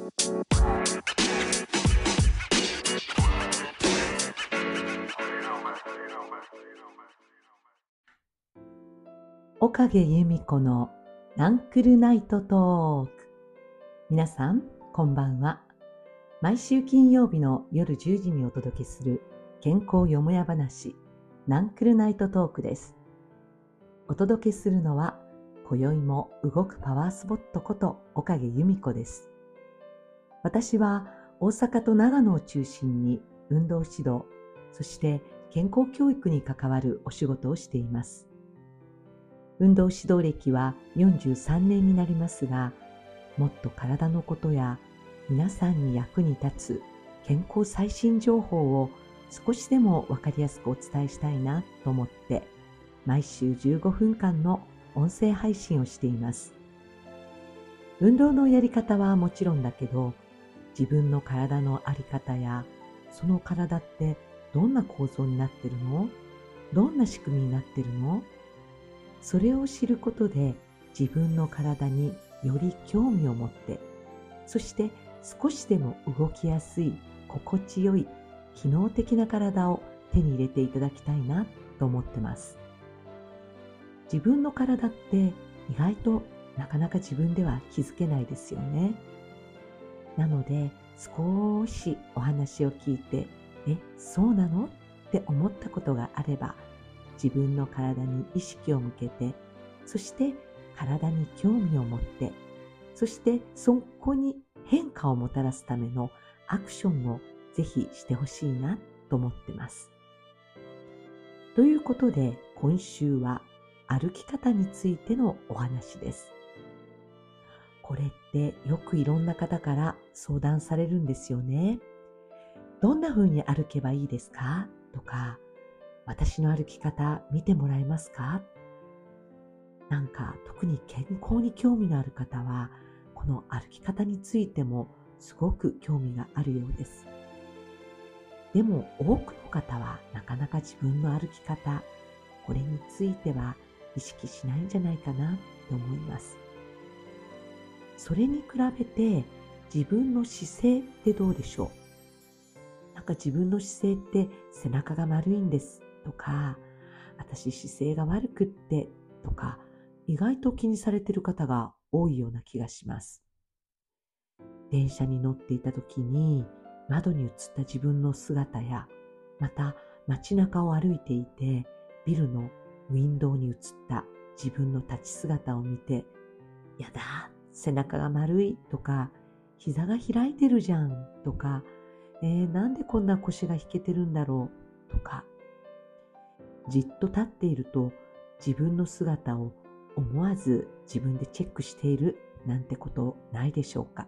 岡毛由美子のナンクルナイトトーク。皆さんこんばんは。毎週金曜日の夜10時にお届けする健康よもや話、ナンクルナイトトークです。お届けするのは今宵も動くパワースポットこと岡毛由美子です。私は大阪と長野を中心に運動指導、そして健康教育に関わるお仕事をしています。運動指導歴は43年になりますが、もっと体のことや皆さんに役に立つ健康最新情報を少しでもわかりやすくお伝えしたいなと思って、毎週15分間の音声配信をしています。運動のやり方はもちろんだけど、自分の体のあり方や、その体ってどんな構造になってるの？どんな仕組みになってるの？それを知ることで自分の体により興味を持って、そして少しでも動きやすい、心地よい、機能的な体を手に入れていただきたいなと思ってます。自分の体って意外となかなか自分では気づけないですよね。なので少しお話を聞いて、そうなの？って思ったことがあれば、自分の体に意識を向けて、そして体に興味を持って、そしてそこに変化をもたらすためのアクションをぜひしてほしいなと思ってます。ということで今週は歩き方についてのお話です。これってよくいろんな方から相談されるんですよね。どんな風に歩けばいいですか？とか、私の歩き方見てもらえますか？なんか特に健康に興味のある方は、この歩き方についてもすごく興味があるようです。でも多くの方はなかなか自分の歩き方、これについては意識しないんじゃないかなって思います。それに比べて自分の姿勢ってどうでしょう？なんか自分の姿勢って背中が丸いんですとか、私姿勢が悪くってとか、意外と気にされている方が多いような気がします。電車に乗っていた時に窓に映った自分の姿や、また街中を歩いていてビルのウィンドウに映った自分の立ち姿を見て、やだ、背中が丸いとか、膝が開いてるじゃんとか、なんでこんな腰が引けてるんだろうとか、じっと立っていると自分の姿を思わず自分でチェックしているなんてことないでしょうか。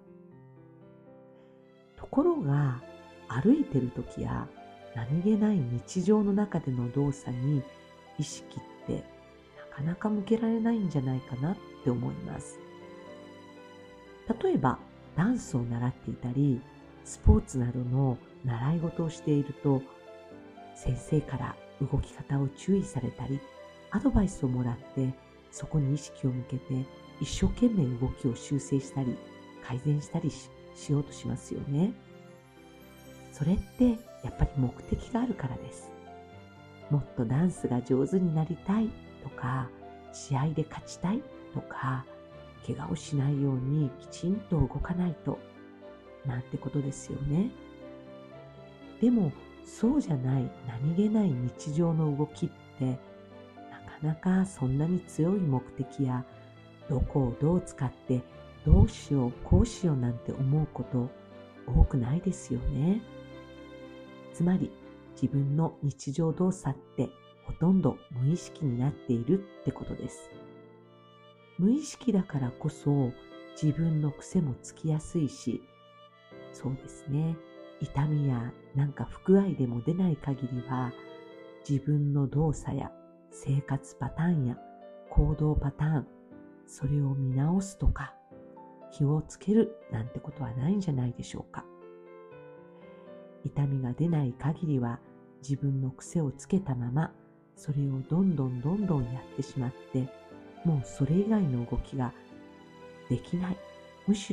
ところが歩いてる時や何気ない日常の中での動作に意識ってなかなか向けられないんじゃないかなって思います。例えばダンスを習っていたり、スポーツなどの習い事をしていると、先生から動き方を注意されたり、アドバイスをもらって、そこに意識を向けて、一生懸命動きを修正したり、改善したり しようとしますよね。それってやっぱり目的があるからです。もっとダンスが上手になりたいとか、試合で勝ちたいとか、怪我をしないようにきちんと動かないと、なんてことですよね。でもそうじゃない何気ない日常の動きって、なかなかそんなに強い目的や、どこをどう使ってどうしようこうしようなんて思うこと多くないですよね。つまり自分の日常動作ってほとんど無意識になっているってことです。無意識だからこそ自分の癖もつきやすいし、そうですね、痛みやなんか不具合でも出ない限りは、自分の動作や生活パターンや行動パターン、それを見直すとか気をつけるなんてことはないんじゃないでしょうか。痛みが出ない限りは自分の癖をつけたまま、それをどんどんやってしまって、もうそれ以外の動きができない、むしろ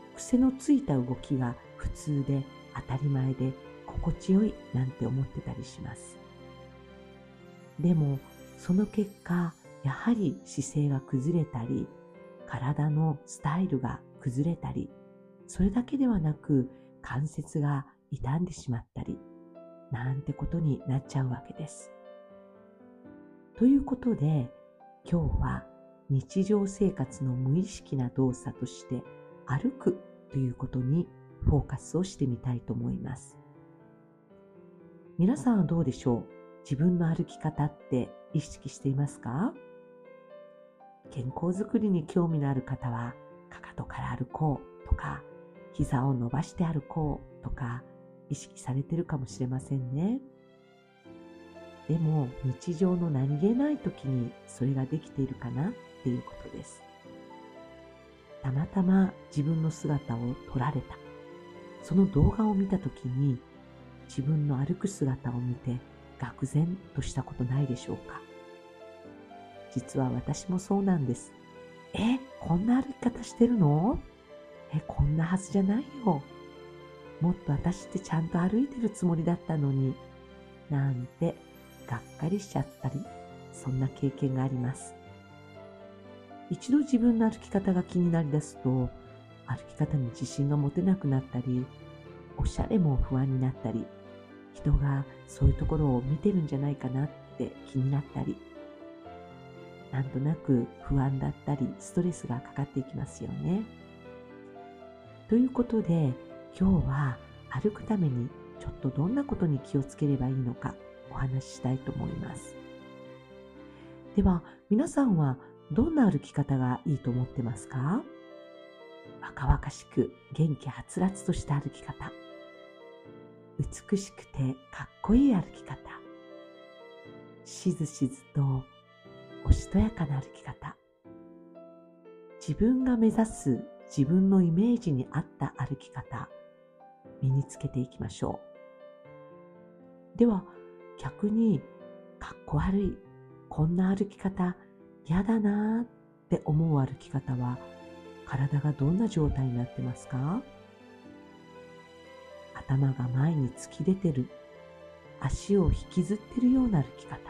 癖のついた動きが普通で当たり前で心地よいなんて思ってたりします。でもその結果、やはり姿勢が崩れたり、体のスタイルが崩れたり、それだけではなく関節が傷んでしまったり、なんてことになっちゃうわけです。ということで、今日は日常生活の無意識な動作として歩くということにフォーカスをしてみたいと思います。皆さんはどうでしょう？自分の歩き方って意識していますか？健康づくりに興味のある方は、かかとから歩こうとか、膝を伸ばして歩こうとか意識されているかもしれませんね。でも日常の何気ない時にそれができているかなっていうことです。たまたま自分の姿を撮られた、その動画を見た時に自分の歩く姿を見て愕然としたことないでしょうか？実は私もそうなんです。こんな歩き方してるの？こんなはずじゃないよ。もっと私ってちゃんと歩いてるつもりだったのに、なんてがっかりしちゃったり、そんな経験があります。一度自分の歩き方が気になりだすと、歩き方に自信が持てなくなったり、おしゃれも不安になったり、人がそういうところを見てるんじゃないかなって気になったり、なんとなく不安だったりストレスがかかっていきますよね。ということで、今日は歩くためにちょっとどんなことに気をつければいいのかお話ししたいと思います。では皆さんはどんな歩き方がいいと思ってますか？若々しく元気はつらつとした歩き方、美しくてかっこいい歩き方、しずしずとおしとやかな歩き方、自分が目指す自分のイメージに合った歩き方、身につけていきましょう。では逆にかっこ悪い、こんな歩き方嫌だなーって思う歩き方は、体がどんな状態になってますか？頭が前に突き出てる、足を引きずってるような歩き方、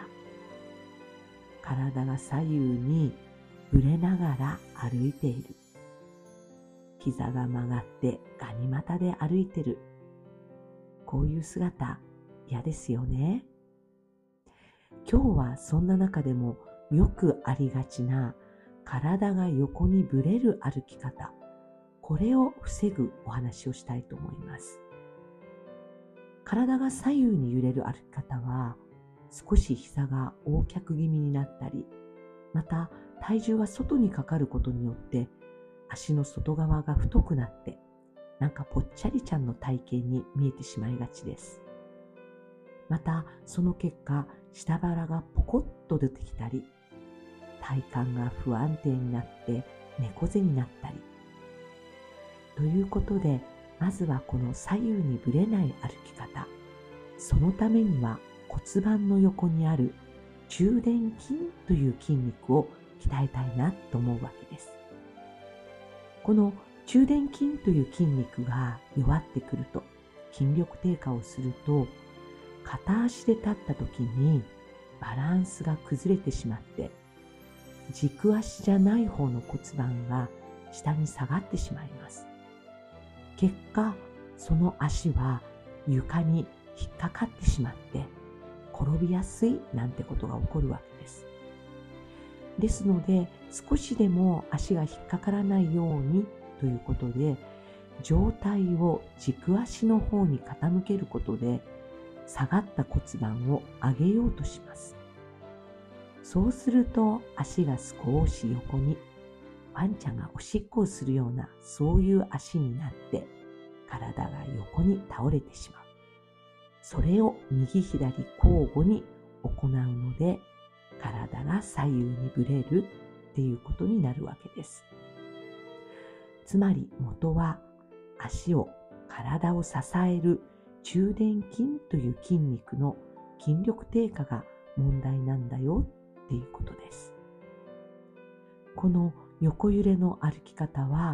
体が左右にぶれながら歩いている、膝が曲がってガニ股で歩いてる、こういう姿嫌ですよね。今日はそんな中でもよくありがちな体が横にぶれる歩き方、これを防ぐお話をしたいと思います。体が左右に揺れる歩き方は、少し膝が横脚気味になったり、また体重が外にかかることによって足の外側が太くなって、なんかぽっちゃりちゃんの体型に見えてしまいがちです。またその結果、下腹がポコッと出てきたり、体幹が不安定になって猫背になったり。ということで、まずはこの左右にぶれない歩き方、そのためには骨盤の横にある中殿筋という筋肉を鍛えたいなと思うわけです。この中殿筋という筋肉が弱ってくると、筋力低下をすると、片足で立った時にバランスが崩れてしまって、軸足じゃない方の骨盤が下に下がってしまいます。結果、その足は床に引っかかってしまって転びやすいなんてことが起こるわけです。ですので、少しでも足が引っかからないようにということで、上体を軸足の方に傾けることで下がった骨盤を上げようとします。そうすると足が少し横に、ワンちゃんがおしっこをするような、そういう足になって体が横に倒れてしまう。それを右左交互に行うので、体が左右にぶれるっていうことになるわけです。つまり元は足を、体を支える中殿筋という筋肉の筋力低下が問題なんだよっていうことです。この横揺れの歩き方は、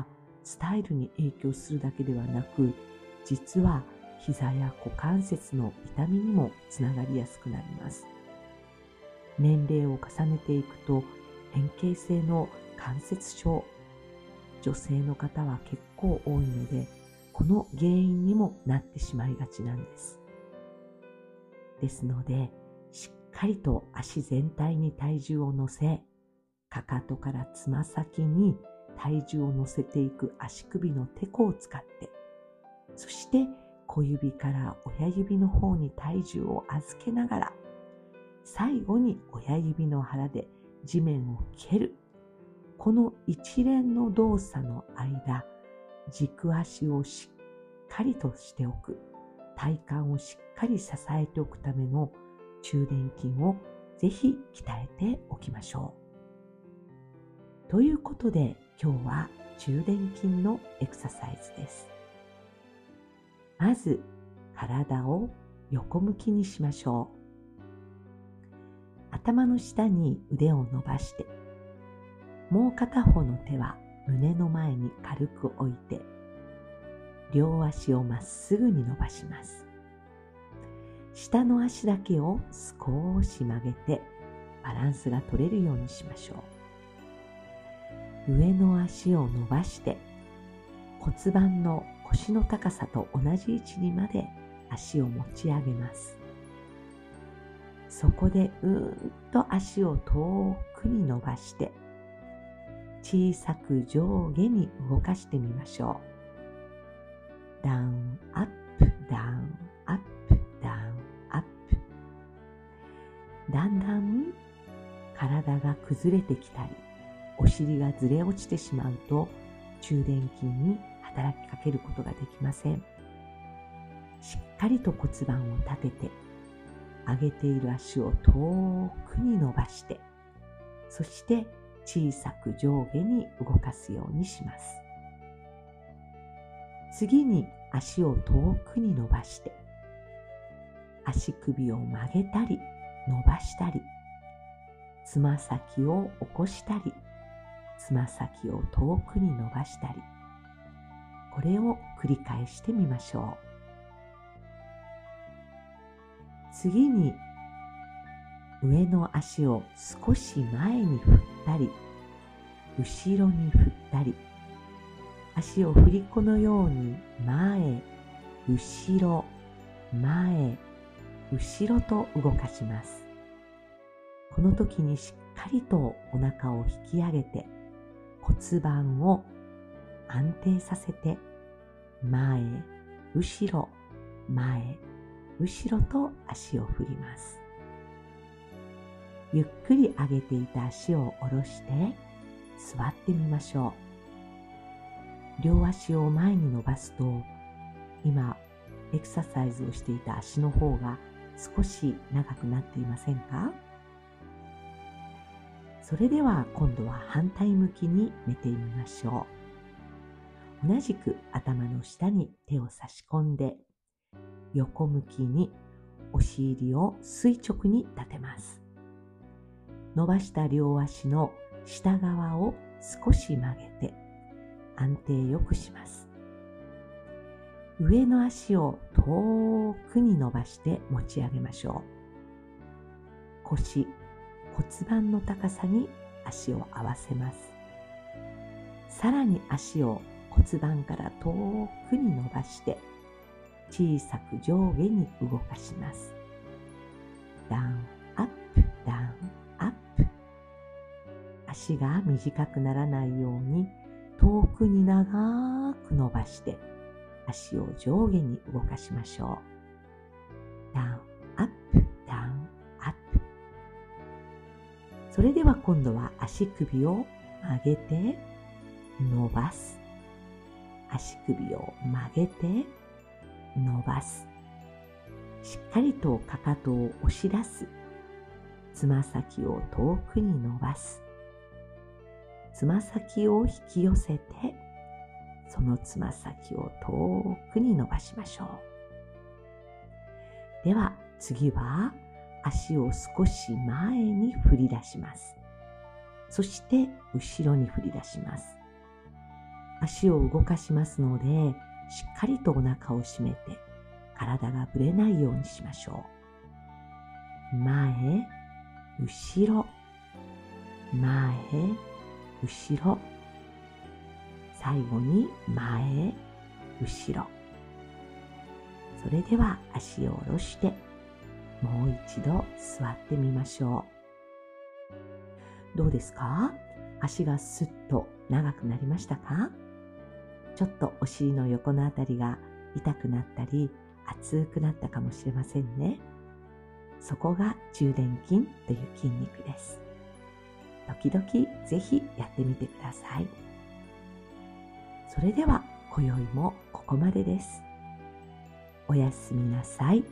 スタイルに影響するだけではなく、実は膝や股関節の痛みにもつながりやすくなります。年齢を重ねていくと変形性の関節症、女性の方は結構多いので、この原因にもなってしまいがちなんです。ですので、しっかりと足全体に体重を乗せ、かかとからつま先に体重を乗せていく足首のテコを使って、そして小指から親指の方に体重を預けながら、最後に親指の腹で地面を蹴る。この一連の動作の間、軸足をしっかりとしておく、体幹をしっかり支えておくための中殿筋をぜひ鍛えておきましょう。ということで、今日は中殿筋のエクササイズです。まず、体を横向きにしましょう。頭の下に腕を伸ばして、もう片方の手は胸の前に軽く置いて、両足をまっすぐに伸ばします。下の足だけを少し曲げてバランスが取れるようにしましょう。上の足を伸ばして骨盤の腰の高さと同じ位置にまで足を持ち上げます。そこでと足を遠くに伸ばして小さく上下に動かしてみましょう。ダウンアップダウンアップダウンアップ。だんだん体が崩れてきたり、お尻がずれ落ちてしまうと中殿筋に働きかけることができません。しっかりと骨盤を立てて、上げている足を遠くに伸ばして、そして小さく上下に動かすようにします。次に足を遠くに伸ばして、足首を曲げたり伸ばしたり、つま先を起こしたり、つま先を遠くに伸ばしたり、これを繰り返してみましょう。次に上の足を少し前に振ったり、後ろに振ったり、足を振り子のように前、後ろ、前、後ろと動かします。この時にしっかりとお腹を引き上げて骨盤を安定させて、前、後ろ、前、後ろと足を振ります。ゆっくり上げていた足を下ろして座ってみましょう。両足を前に伸ばすと、今エクササイズをしていた足の方が少し長くなっていませんか？それでは今度は反対向きに寝てみましょう。同じく頭の下に手を差し込んで、横向きにお尻を垂直に立てます。伸ばした両足の下側を少し曲げて安定よくします。上の足を遠くに伸ばして持ち上げましょう。腰、骨盤の高さに足を合わせます。さらに足を骨盤から遠くに伸ばして小さく上下に動かします。ダウン、アップ、ダウン、アップ。足が短くならないように遠くに長く伸ばして足を上下に動かしましょう。ダウン、アップ、ダウン、アップ。それでは今度は足首を曲げて伸ばす。足首を曲げて伸ばす。しっかりとかかとを押し出す。つま先を遠くに伸ばす。つま先を引き寄せて、そのつま先を遠くに伸ばしましょう。では次は足を少し前に振り出します。そして後ろに振り出します。 足を動かしますので、しっかりとお腹を締めて、体がぶれないようにしましょう。前、後ろ、前、後ろ。最後に前、後ろ。それでは足を下ろして、もう一度座ってみましょう。どうですか？足がスッと長くなりましたか？ちょっとお尻の横のあたりが痛くなったり、熱くなったかもしれませんね。そこが中殿筋という筋肉です。時々ぜひやってみてください。それでは今宵もここまでです。おやすみなさい。